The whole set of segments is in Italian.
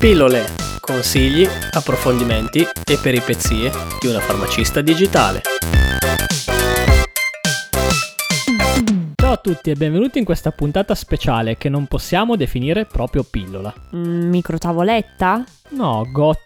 Pillole, consigli, approfondimenti e peripezie di una farmacista digitale. Ciao a tutti e benvenuti in questa puntata speciale che non possiamo definire proprio pillola. Microtavoletta? No,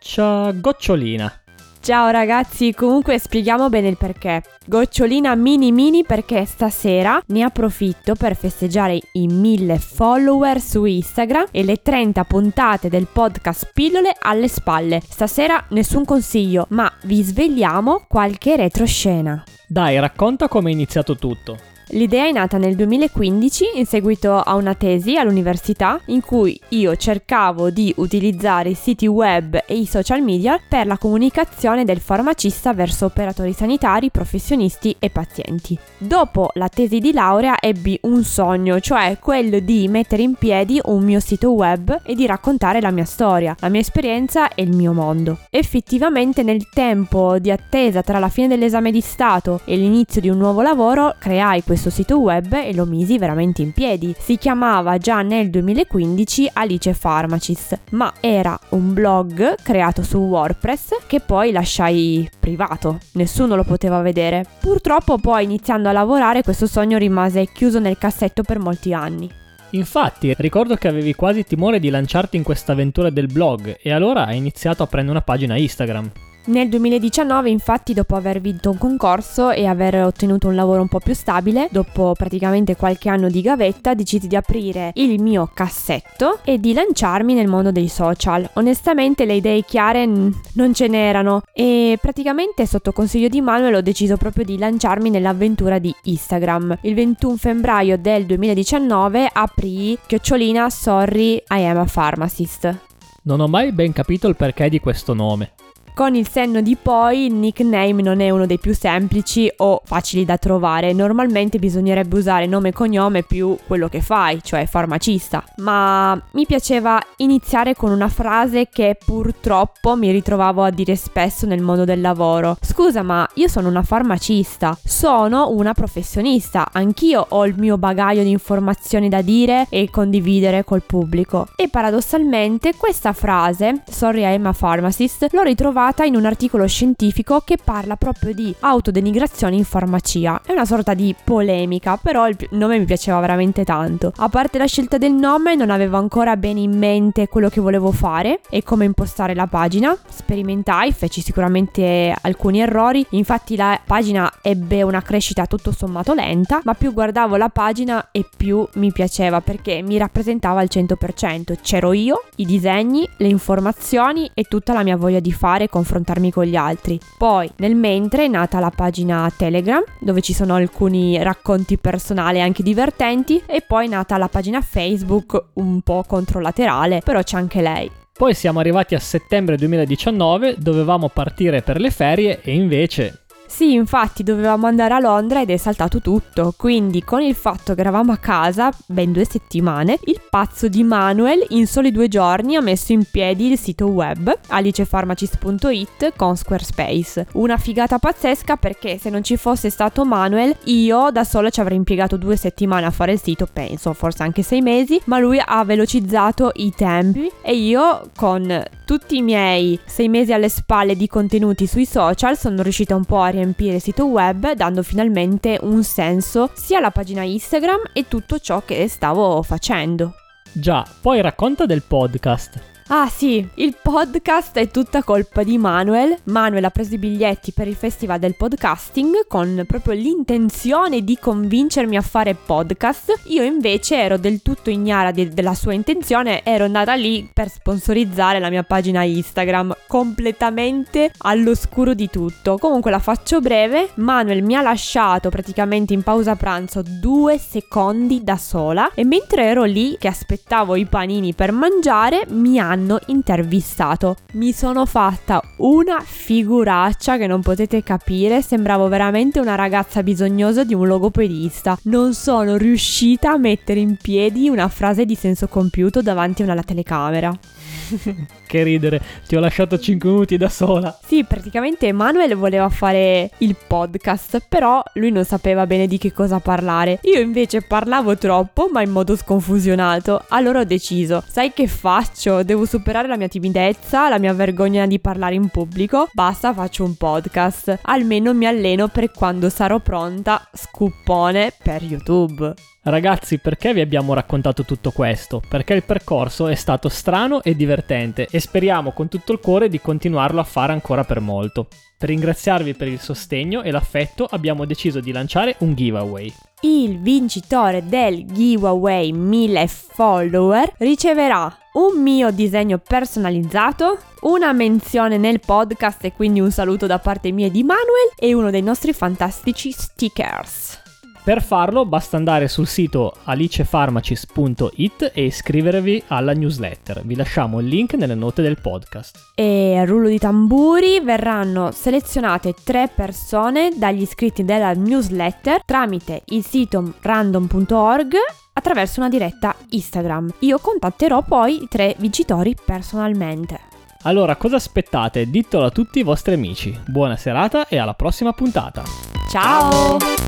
gocciolina. Ciao ragazzi, comunque spieghiamo bene il perché. Gocciolina mini perché stasera ne approfitto per festeggiare i 1000 follower su Instagram e le 30 puntate del podcast Pillole alle spalle. Stasera nessun consiglio, ma vi svegliamo qualche retroscena. Dai, racconta come è iniziato tutto. L'idea è nata nel 2015 in seguito a una tesi all'università in cui io cercavo di utilizzare i siti web e i social media per la comunicazione del farmacista verso operatori sanitari, professionisti e pazienti. Dopo la tesi di laurea ebbi un sogno, cioè quello di mettere in piedi un mio sito web e di raccontare la mia storia, la mia esperienza e il mio mondo. Effettivamente nel tempo di attesa tra la fine dell'esame di Stato e l'inizio di un nuovo lavoro creai questo sito web e lo misi veramente in piedi. Si chiamava già nel 2015 Alice Pharmacist, ma era un blog creato su WordPress che poi lasciai privato, nessuno lo poteva vedere. Purtroppo poi iniziando a lavorare questo sogno rimase chiuso nel cassetto per molti anni. Infatti, ricordo che avevi quasi timore di lanciarti in questa avventura del blog e allora hai iniziato a prendere una pagina Instagram. Nel 2019, infatti, dopo aver vinto un concorso e aver ottenuto un lavoro un po' più stabile, dopo praticamente qualche anno di gavetta, decisi di aprire il mio cassetto e di lanciarmi nel mondo dei social. Onestamente le idee chiare non ce n'erano e praticamente sotto consiglio di Manuel ho deciso proprio di lanciarmi nell'avventura di Instagram. Il 21 febbraio del 2019 aprì @sorry I am a pharmacist. Non ho mai ben capito il perché di questo nome. Con il senno di poi, il nickname non è uno dei più semplici o facili da trovare. Normalmente bisognerebbe usare nome e cognome più quello che fai, cioè farmacista. Ma mi piaceva iniziare con una frase che purtroppo mi ritrovavo a dire spesso nel mondo del lavoro. Scusa, ma io sono una farmacista, sono una professionista, anch'io ho il mio bagaglio di informazioni da dire e condividere col pubblico. E paradossalmente questa frase, sorry I am a pharmacist, l'ho ritrovata in un articolo scientifico che parla proprio di autodenigrazione in farmacia. È una sorta di polemica, però il nome mi piaceva veramente tanto. A parte la scelta del nome, non avevo ancora bene in mente quello che volevo fare e come impostare la pagina. Sperimentai, feci sicuramente alcuni errori, infatti la pagina ebbe una crescita tutto sommato lenta, ma più guardavo la pagina e più mi piaceva perché mi rappresentava al 100%. C'ero io, i disegni, le informazioni e tutta la mia voglia di fare, confrontarmi con gli altri. Poi nel mentre è nata la pagina Telegram dove ci sono alcuni racconti personali anche divertenti e poi è nata la pagina Facebook un po' controlaterale, però c'è anche lei. Poi siamo arrivati a settembre 2019, dovevamo partire per le ferie e invece... Sì, infatti dovevamo andare a Londra ed è saltato tutto, quindi con il fatto che eravamo a casa ben 2 settimane, il pazzo di Manuel in soli 2 giorni ha messo in piedi il sito web alicepharmacist.it con Squarespace. Una figata pazzesca perché se non ci fosse stato Manuel io da sola ci avrei impiegato 2 settimane a fare il sito, penso, forse anche 6 mesi, ma lui ha velocizzato i tempi e io con tutti i miei 6 mesi alle spalle di contenuti sui social sono riuscita un po' a riempire il sito web dando finalmente un senso sia alla pagina Instagram e tutto ciò che stavo facendo. Già, poi racconta del podcast. Ah sì, il podcast è tutta colpa di Manuel. Manuel ha preso i biglietti per il festival del podcasting con proprio l'intenzione di convincermi a fare podcast. Io invece ero del tutto ignara della sua intenzione, ero andata lì per sponsorizzare la mia pagina Instagram, completamente all'oscuro di tutto. Comunque la faccio breve, Manuel mi ha lasciato praticamente in pausa pranzo 2 secondi da sola e mentre ero lì che aspettavo i panini per mangiare mi hanno intervistato. Mi sono fatta una figuraccia che non potete capire, sembravo veramente una ragazza bisognosa di un logopedista. Non sono riuscita a mettere in piedi una frase di senso compiuto davanti a una telecamera. Che ridere, ti ho lasciato 5 minuti da sola. Sì, praticamente Emanuele voleva fare il podcast, però lui non sapeva bene di che cosa parlare. Io invece parlavo troppo, ma in modo sconfusionato. Allora ho deciso, sai che faccio? Devo superare la mia timidezza, la mia vergogna di parlare in pubblico. Basta, faccio un podcast. Almeno mi alleno per quando sarò pronta, scoopone per YouTube. Ragazzi, perché vi abbiamo raccontato tutto questo? Perché il percorso è stato strano e divertente e speriamo con tutto il cuore di continuarlo a fare ancora per molto. Per ringraziarvi per il sostegno e l'affetto abbiamo deciso di lanciare un giveaway. Il vincitore del giveaway 1000 follower riceverà un mio disegno personalizzato, una menzione nel podcast e quindi un saluto da parte mia e di Manuel e uno dei nostri fantastici stickers. Per farlo basta andare sul sito alicepharmacies.it e iscrivervi alla newsletter. Vi lasciamo il link nelle note del podcast. E a rullo di tamburi verranno selezionate 3 persone dagli iscritti della newsletter tramite il sito random.org attraverso una diretta Instagram. Io contatterò poi i 3 vincitori personalmente. Allora, cosa aspettate? Ditelo a tutti i vostri amici. Buona serata e alla prossima puntata. Ciao!